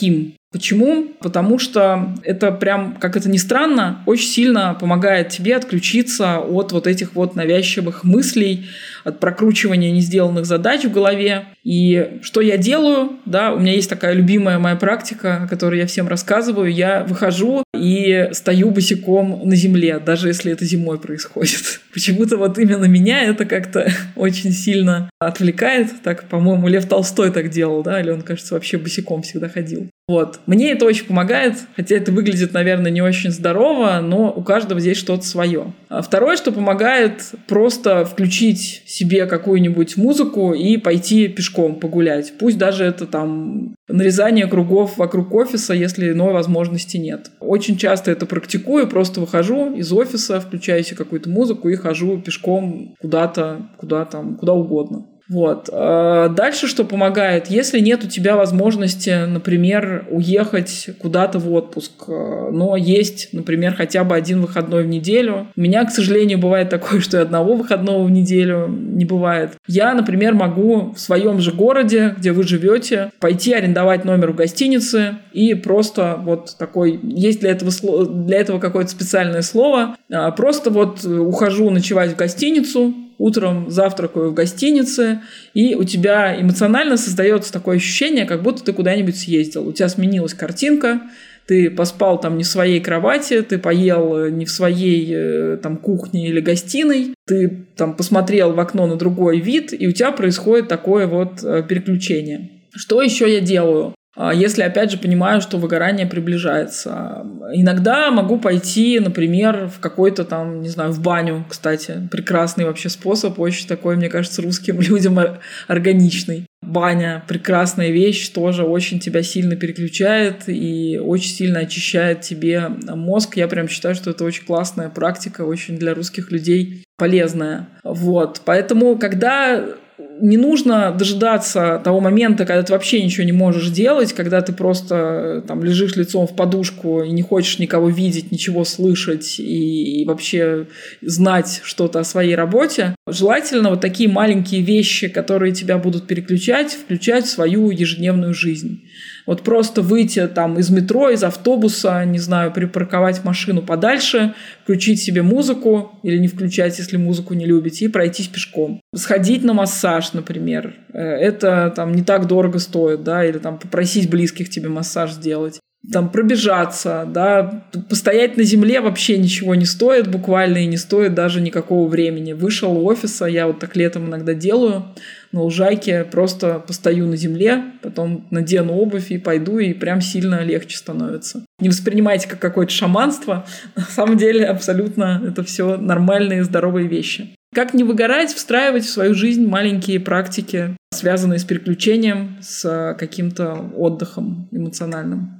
Почему? Потому что это прям, как это ни странно, очень сильно помогает тебе отключиться от вот этих вот навязчивых мыслей, от прокручивания несделанных задач в голове. И что я делаю? Да, у меня есть такая любимая моя практика, о которой я всем рассказываю. Я выхожу и стою босиком на земле, даже если это зимой происходит. Почему-то вот именно меня это как-то очень сильно отвлекает. Так, по-моему, Лев Толстой так делал, да, или он, кажется, вообще босиком всегда ходил. Вот. Мне это очень помогает, хотя это выглядит, наверное, не очень здорово, но у каждого здесь что-то свое. А второе, что помогает, просто включить себе какую-нибудь музыку и пойти пешком погулять. Пусть даже это там нарезание кругов вокруг офиса, если иной возможности нет. Очень часто это практикую, просто выхожу из офиса, включаю себе какую-то музыку и хожу пешком куда-то, куда угодно. Вот. Дальше что помогает? Если нет у тебя возможности, например, уехать куда-то в отпуск, но есть, например, хотя бы один выходной в неделю. У меня, к сожалению, бывает такое, что и одного выходного в неделю не бывает. Я, например, могу в своем же городе, где вы живете, пойти арендовать номер в гостинице и просто вот такой, есть для этого какое-то специальное слово, просто вот ухожу ночевать в гостиницу, утром завтракаю в гостинице, и у тебя эмоционально создается такое ощущение, как будто ты куда-нибудь съездил. У тебя сменилась картинка, ты поспал там не в своей кровати, ты поел не в своей там кухне или гостиной, ты там посмотрел в окно на другой вид, и у тебя происходит такое вот переключение. Что еще я делаю? Если, опять же, понимаю, что выгорание приближается. Иногда могу пойти, например, в какой-то там, не знаю, в баню, кстати. Прекрасный вообще способ, очень такой, мне кажется, русским людям органичный. Баня – прекрасная вещь, тоже очень тебя сильно переключает и очень сильно очищает тебе мозг. Я прям считаю, что это очень классная практика, очень для русских людей полезная. Вот. Поэтому, когда не нужно дожидаться того момента, когда ты вообще ничего не можешь делать, когда ты просто там лежишь лицом в подушку и не хочешь никого видеть, ничего слышать и вообще знать что-то о своей работе. Желательно вот такие маленькие вещи, которые тебя будут переключать, включать в свою ежедневную жизнь. Вот просто выйти там из метро, из автобуса, не знаю, припарковать машину подальше, включить себе музыку или не включать, если музыку не любите, и пройтись пешком. Сходить на массаж, например. Это там не так дорого стоит, да, или там попросить близких тебе массаж сделать. Там пробежаться, да, постоять на земле вообще ничего не стоит, буквально и не стоит даже никакого времени. Вышел из офиса, я вот так летом иногда делаю, на лужайке просто постою на земле, потом надену обувь и пойду, и прям сильно легче становится. Не воспринимайте как какое-то шаманство, на самом деле абсолютно это все нормальные здоровые вещи. Как не выгорать, встраивать в свою жизнь маленькие практики, связанные с переключением, с каким-то отдыхом эмоциональным.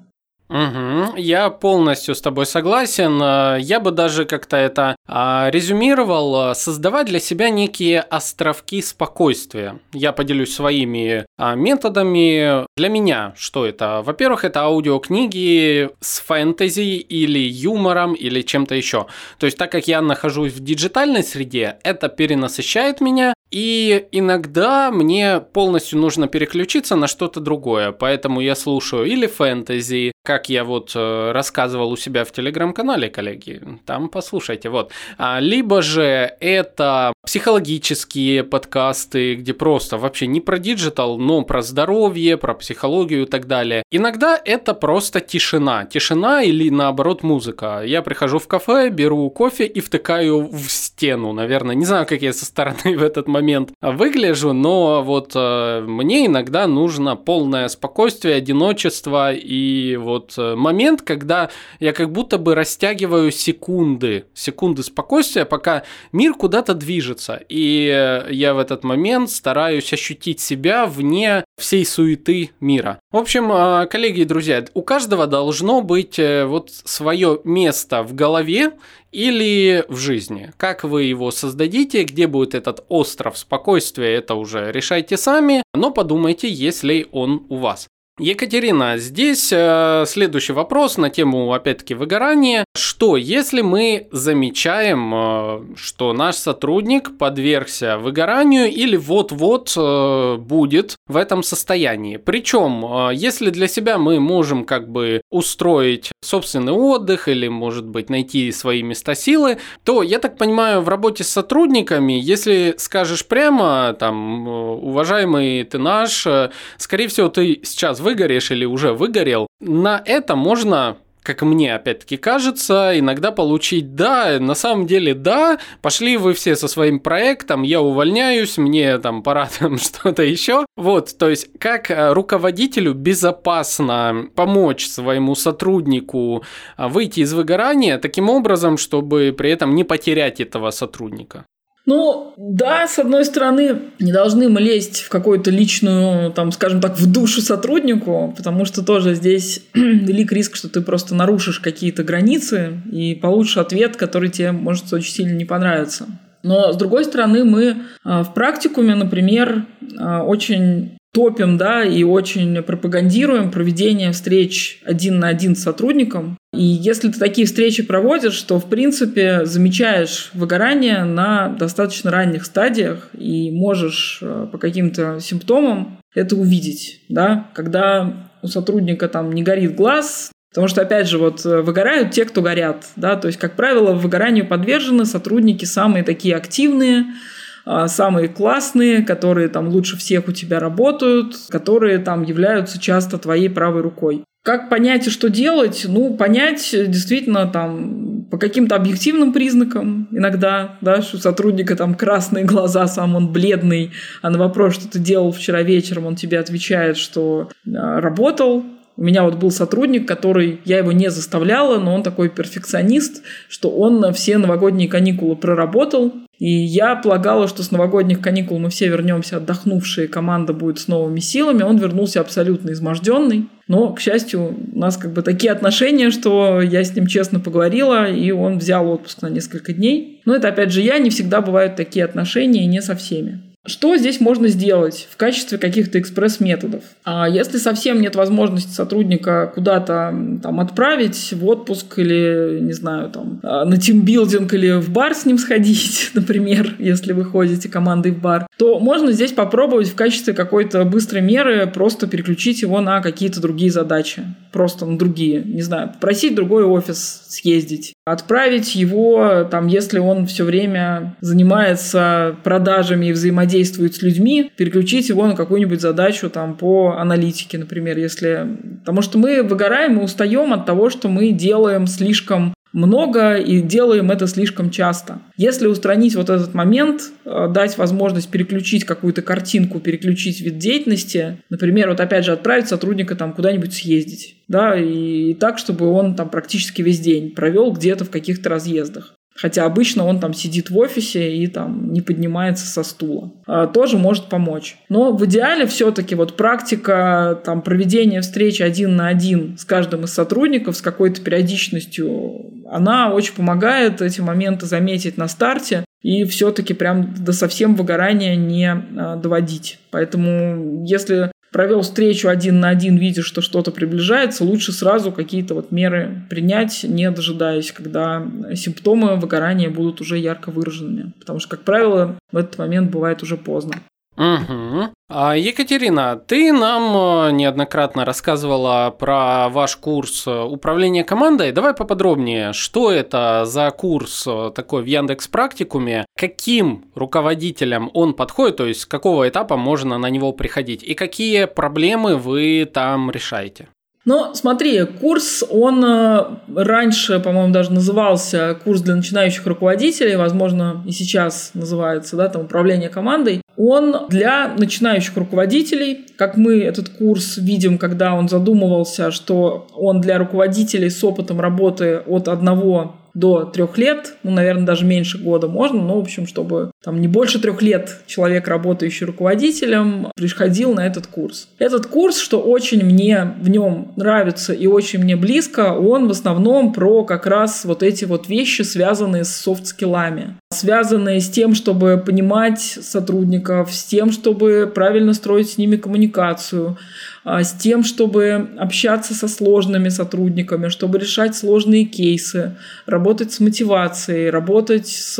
Угу, я полностью с тобой согласен. Я бы даже как-то это резюмировал, создавать для себя некие островки спокойствия. Я поделюсь своими методами. Для меня что это? Во-первых, это аудиокниги с фэнтези или юмором или чем-то еще. То есть, так как я нахожусь в диджитальной среде, это перенасыщает меня. И иногда мне полностью нужно переключиться на что-то другое, поэтому я слушаю или фэнтези, как я вот рассказывал у себя в телеграм-канале, коллеги, там послушайте, вот. Либо же это психологические подкасты, где просто вообще не про диджитал, но про здоровье, про психологию и так далее. Иногда это просто тишина или наоборот музыка. Я прихожу в кафе, беру кофе и втыкаю в стену, наверное, не знаю, как я со стороны в этот момент выгляжу, но вот мне иногда нужно полное спокойствие, одиночество и вот момент, когда я как будто бы растягиваю секунды спокойствия, пока мир куда-то движется, и я в этот момент стараюсь ощутить себя вне всей суеты мира. В общем, коллеги и друзья, у каждого должно быть вот свое место в голове или в жизни. Как вы его создадите, где будет этот остров спокойствия, это уже решайте сами, но подумайте, есть ли он у вас. Екатерина, здесь следующий вопрос на тему, опять-таки, выгорания. Что, если мы замечаем, что наш сотрудник подвергся выгоранию или вот-вот будет в этом состоянии? Причем, если для себя мы можем как бы устроить собственный отдых или, может быть, найти свои места силы, то, я так понимаю, в работе с сотрудниками, если скажешь прямо, там, уважаемый ты наш, скорее всего, ты сейчас выгоришь или уже выгорел, на это можно, как мне опять-таки кажется, иногда получить «да, на самом деле да, пошли вы все со своим проектом, я увольняюсь, мне там пора там что-то еще». Вот, то есть как руководителю безопасно помочь своему сотруднику выйти из выгорания таким образом, чтобы при этом не потерять этого сотрудника? Ну, да, с одной стороны, не должны мы лезть в какую-то личную, там, скажем так, в душу сотруднику, потому что тоже здесь велик риск, что ты просто нарушишь какие-то границы и получишь ответ, который тебе может очень сильно не понравиться. Но, с другой стороны, мы в практикуме, например, очень топим, да, и очень пропагандируем проведение встреч 1 на 1 с сотрудником. И если ты такие встречи проводишь, то, в принципе, замечаешь выгорание на достаточно ранних стадиях и можешь по каким-то симптомам это увидеть, да, когда у сотрудника там не горит глаз. Потому что, опять же, вот выгорают те, кто горят, да, то есть, как правило, выгоранию подвержены сотрудники самые такие активные, самые классные, которые там лучше всех у тебя работают, которые там являются часто твоей правой рукой. Как понять и что делать? Ну, понять действительно там по каким-то объективным признакам иногда, да, что у сотрудника там красные глаза, сам он бледный, а на вопрос, что ты делал вчера вечером, он тебе отвечает, что работал. У меня вот был сотрудник, который, я его не заставляла, но он такой перфекционист, что он все новогодние каникулы проработал. И я полагала, что с новогодних каникул мы все вернемся отдохнувшие, команда будет с новыми силами. Он вернулся абсолютно изможденный. Но, к счастью, у нас как бы такие отношения, что я с ним честно поговорила, и он взял отпуск на несколько дней. Но это, опять же, не всегда бывают такие отношения, и не со всеми. Что здесь можно сделать в качестве каких-то экспресс-методов? Если совсем нет возможности сотрудника куда-то там отправить в отпуск или, не знаю, там, на тимбилдинг или в бар с ним сходить, например, если вы ходите командой в бар, то можно здесь попробовать в качестве какой-то быстрой меры просто переключить его на какие-то другие задачи. Просто на другие. Не знаю, попросить другой офис съездить. Отправить его, там, если он все время занимается продажами и взаимодействует с людьми, переключить его на какую-нибудь задачу там, по аналитике, например. Потому что мы выгораем и устаем от того, что мы делаем слишком много и делаем это слишком часто. Если устранить вот этот момент, дать возможность переключить какую-то картинку, переключить вид деятельности, например, вот опять же отправить сотрудника там куда-нибудь съездить, да, и так, чтобы он там практически весь день провел где-то в каких-то разъездах. Хотя обычно он там сидит в офисе и там не поднимается со стула. Тоже может помочь. Но в идеале все-таки вот практика там, проведения встреч 1 на 1 с каждым из сотрудников с какой-то периодичностью, она очень помогает эти моменты заметить на старте и все-таки прям до совсем выгорания не доводить. Поэтому если провел встречу 1 на 1, видишь, что что-то приближается, лучше сразу какие-то вот меры принять, не дожидаясь, когда симптомы выгорания будут уже ярко выраженными. Потому что, как правило, в этот момент бывает уже поздно. Угу. Екатерина, ты нам неоднократно рассказывала про ваш курс управления командой. Давай поподробнее, что это за курс такой в Яндекс.Практикуме, каким руководителям он подходит, то есть с какого этапа можно на него приходить и какие проблемы вы там решаете? Ну, смотри, курс, он раньше, по-моему, даже назывался курс для начинающих руководителей, возможно, и сейчас называется, да, там, управление командой. Он для начинающих руководителей, как мы этот курс видим, когда он задумывался, что он для руководителей с опытом работы от 1 до 3 лет, ну, наверное, даже меньше года можно, но, в общем, чтобы там не больше 3 лет человек, работающий руководителем, приходил на этот курс. Этот курс, что очень мне в нем нравится и очень мне близко, он в основном про как раз вот эти вот вещи, связанные с софт-скиллами, связанные с тем, чтобы понимать сотрудников, с тем, чтобы правильно строить с ними коммуникацию, с тем, чтобы общаться со сложными сотрудниками, чтобы решать сложные кейсы, работать с мотивацией, работать с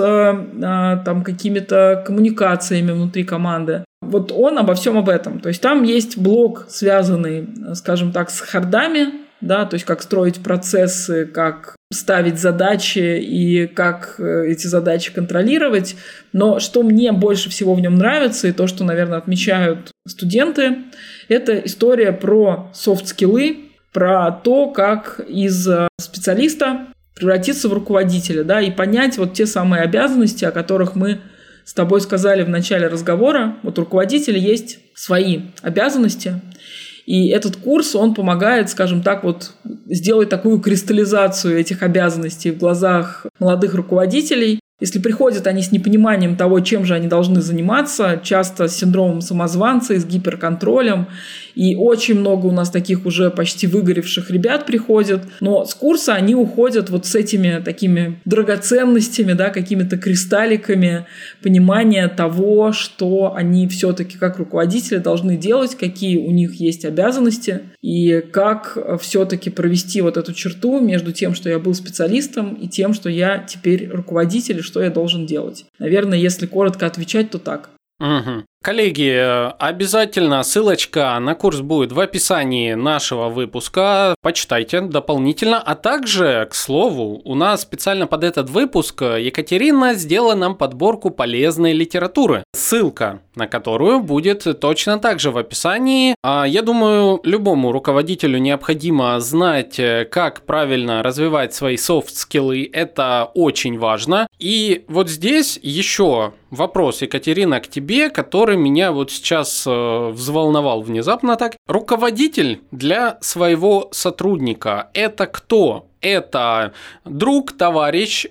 там, какими-то коммуникациями внутри команды. Вот он обо всем об этом. То есть там есть блок, связанный, скажем так, с хардами, да, то есть как строить процессы, как ставить задачи и как эти задачи контролировать. Но что мне больше всего в нем нравится, и то, что, наверное, отмечают студенты, это история про софт-скиллы, про то, как из специалиста превратиться в руководителя, да, и понять вот те самые обязанности, о которых мы с тобой сказали в начале разговора. Вот у руководителя есть свои обязанности, и этот курс, он помогает, скажем так, вот сделать такую кристаллизацию этих обязанностей в глазах молодых руководителей. Если приходят они с непониманием того, чем же они должны заниматься, часто с синдромом самозванца и с гиперконтролем, и очень много у нас таких уже почти выгоревших ребят приходят, но с курса они уходят вот с этими такими драгоценностями, да, какими-то кристалликами понимания того, что они все-таки как руководители должны делать, какие у них есть обязанности, и как все-таки провести вот эту черту между тем, что я был специалистом, и тем, что я теперь руководитель, что я должен делать. Наверное, если коротко отвечать, то так. Угу. Коллеги, обязательно ссылочка на курс будет в описании нашего выпуска. Почитайте дополнительно. А также, к слову, у нас специально под этот выпуск Екатерина сделала нам подборку полезной литературы, ссылка на которую будет точно так же в описании. Я думаю, любому руководителю необходимо знать, как правильно развивать свои софт-скиллы. Это очень важно. И вот здесь еще вопрос, Екатерина, к тебе, который меня вот сейчас взволновал внезапно так. Руководитель для своего сотрудника – это кто? Это друг, товарищ,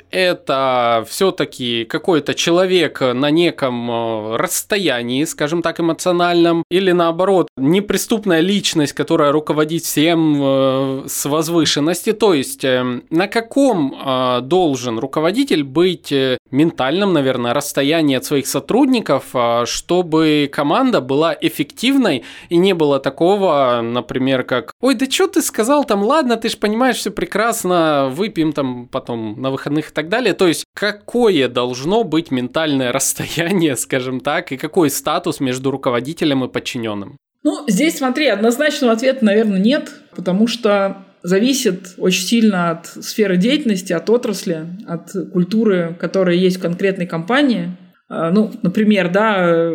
это все-таки какой-то человек на неком расстоянии, скажем так, эмоциональном, или наоборот, неприступная личность, которая руководит всем с возвышенности. То есть, на каком должен руководитель быть ментальном, наверное, расстоянии от своих сотрудников, чтобы команда была эффективной и не было такого, например, как «Ой, да что ты сказал там, ладно, ты же понимаешь, все прекрасно, выпьем там потом на выходных и так далее». То есть, какое должно быть ментальное расстояние, скажем так, и какой статус между руководителем и подчиненным? Ну, здесь, смотри, однозначного ответа, наверное, нет, потому что зависит очень сильно от сферы деятельности, от отрасли, от культуры, которая есть в конкретной компании. Ну, например, да,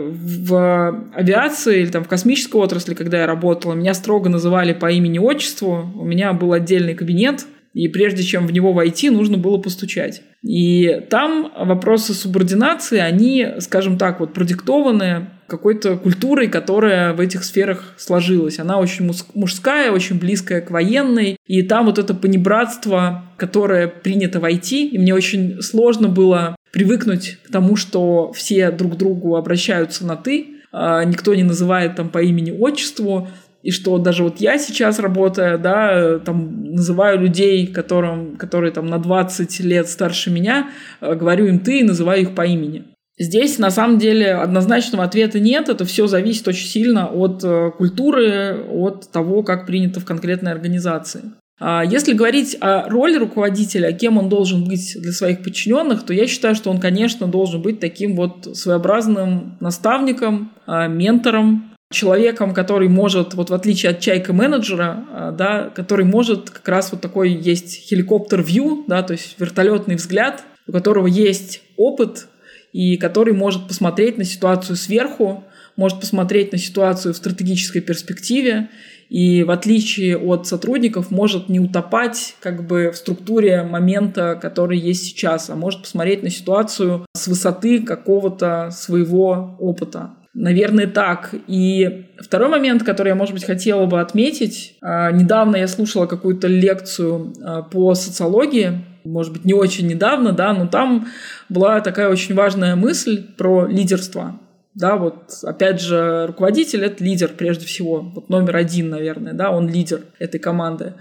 в авиации или там в космической отрасли, когда я работала, меня строго называли по имени-отчеству, у меня был отдельный кабинет, и прежде чем в него войти, нужно было постучать. И там вопросы субординации, они, скажем так, вот продиктованы какой-то культурой, которая в этих сферах сложилась. Она очень мужская, очень близкая к военной. И там вот это понебратство, которое принято в IT, и мне очень сложно было привыкнуть к тому, что все друг к другу обращаются на «ты», никто не называет там по имени-отчеству, и что даже вот я сейчас, работая, да, там называю людей, которые там на 20 лет старше меня, говорю им «ты» и называю их по имени. Здесь, на самом деле, однозначного ответа нет. Это все зависит очень сильно от культуры, от того, как принято в конкретной организации. Если говорить о роли руководителя, кем он должен быть для своих подчиненных, то я считаю, что он, конечно, должен быть таким вот своеобразным наставником, ментором, человеком, который может, вот в отличие от чайка-менеджера, да, который может как раз вот такой есть helicopter-view, да, то есть вертолетный взгляд, у которого есть опыт, и который может посмотреть на ситуацию сверху, может посмотреть на ситуацию в стратегической перспективе, и в отличие от сотрудников может не утопать как бы в структуре момента, который есть сейчас, а может посмотреть на ситуацию с высоты какого-то своего опыта. Наверное, так. И второй момент, который я, может быть, хотела бы отметить. Недавно я слушала какую-то лекцию по социологии, может быть, не очень недавно, да, но там была такая очень важная мысль про лидерство. Да, вот опять же, руководитель – это лидер прежде всего, вот номер один, наверное, да, он лидер этой команды.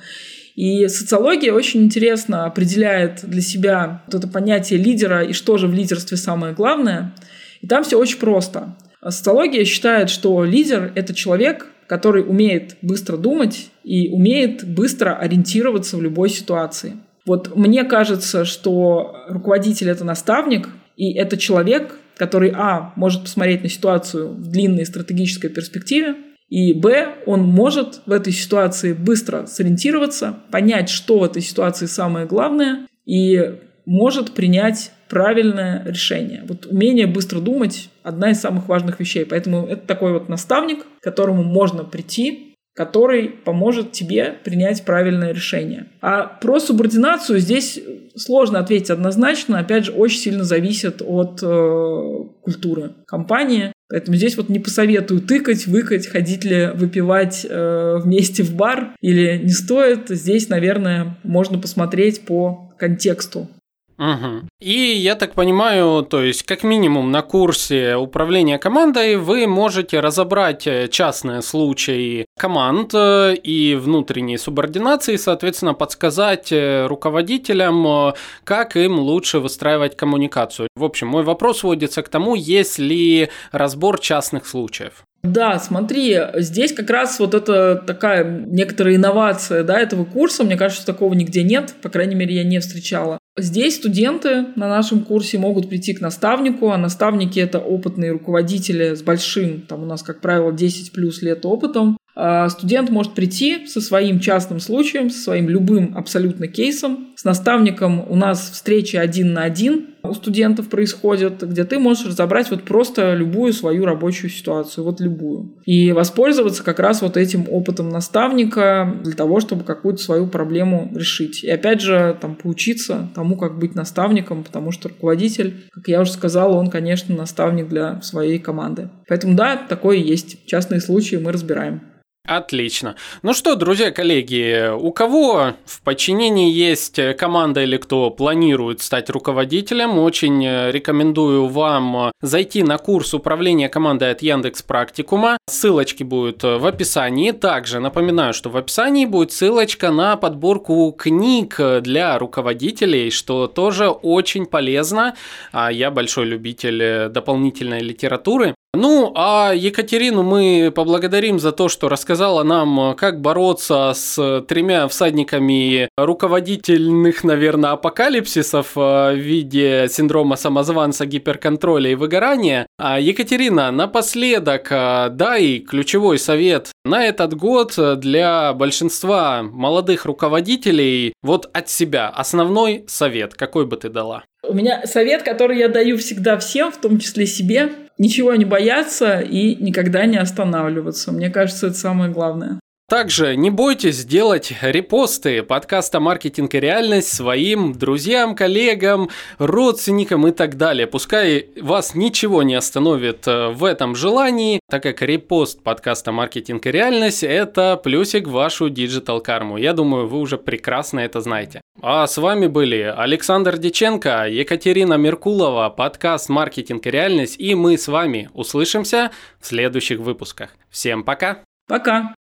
И социология очень интересно определяет для себя вот это понятие лидера и что же в лидерстве самое главное. И там все очень просто. Социология считает, что лидер – это человек, который умеет быстро думать и умеет быстро ориентироваться в любой ситуации. Вот мне кажется, что руководитель – это наставник, и это человек, который, может посмотреть на ситуацию в длинной стратегической перспективе, и, он может в этой ситуации быстро сориентироваться, понять, что в этой ситуации самое главное, и может принять правильное решение. Вот умение быстро думать – одна из самых важных вещей. Поэтому это такой вот наставник, к которому можно прийти, который поможет тебе принять правильное решение. А про субординацию здесь сложно ответить однозначно. Опять же, очень сильно зависит от культуры компании. Поэтому здесь вот не посоветую тыкать, выкать, ходить ли выпивать вместе в бар или не стоит. Здесь, наверное, можно посмотреть по контексту. Угу. И я так понимаю, то есть как минимум на курсе управления командой вы можете разобрать частные случаи команд и внутренней субординации, соответственно, подсказать руководителям, как им лучше выстраивать коммуникацию. В общем, мой вопрос сводится к тому, есть ли разбор частных случаев. Да, смотри, здесь как раз вот это такая некоторая инновация, этого курса. Мне кажется, такого нигде нет, по крайней мере, я не встречала. Здесь студенты на нашем курсе могут прийти к наставнику, а наставники – это опытные руководители с большим, там у нас, как правило, 10 плюс лет опытом. Студент может прийти со своим частным случаем, со своим любым абсолютно кейсом. С наставником у нас встречи 1 на 1 у студентов происходят, где ты можешь разобрать вот просто любую свою рабочую ситуацию, вот любую. И воспользоваться как раз вот этим опытом наставника для того, чтобы какую-то свою проблему решить. И опять же, там поучиться тому, как быть наставником, потому что руководитель, как я уже сказала, он, конечно, наставник для своей команды. Поэтому да, такое есть. Частные случаи мы разбираем. Отлично. Ну что, друзья, коллеги, у кого в подчинении есть команда или кто планирует стать руководителем, очень рекомендую вам зайти на курс управления командой от Яндекс.Практикума. Ссылочки будут в описании. Также напоминаю, что в описании будет ссылочка на подборку книг для руководителей, что тоже очень полезно. Я большой любитель дополнительной литературы. Ну, а Екатерину мы поблагодарим за то, что рассказала нам, как бороться с 3 всадниками руководительных, наверное, апокалипсисов в виде синдрома самозванца, гиперконтроля и выгорания. А Екатерина, напоследок дай ключевой совет на этот год для большинства молодых руководителей. Вот от себя основной совет, какой бы ты дала? У меня совет, который я даю всегда всем, в том числе себе. Ничего не бояться и никогда не останавливаться. Мне кажется, это самое главное. Также не бойтесь делать репосты подкаста «Маркетинг и реальность» своим друзьям, коллегам, родственникам и так далее. Пускай вас ничего не остановит в этом желании, так как репост подкаста «Маркетинг и реальность» – это плюсик в вашу диджитал-карму. Я думаю, вы уже прекрасно это знаете. А с вами были Александр Дьяченко, Екатерина Меркулова, подкаст «Маркетинг и реальность», и мы с вами услышимся в следующих выпусках. Всем пока! Пока!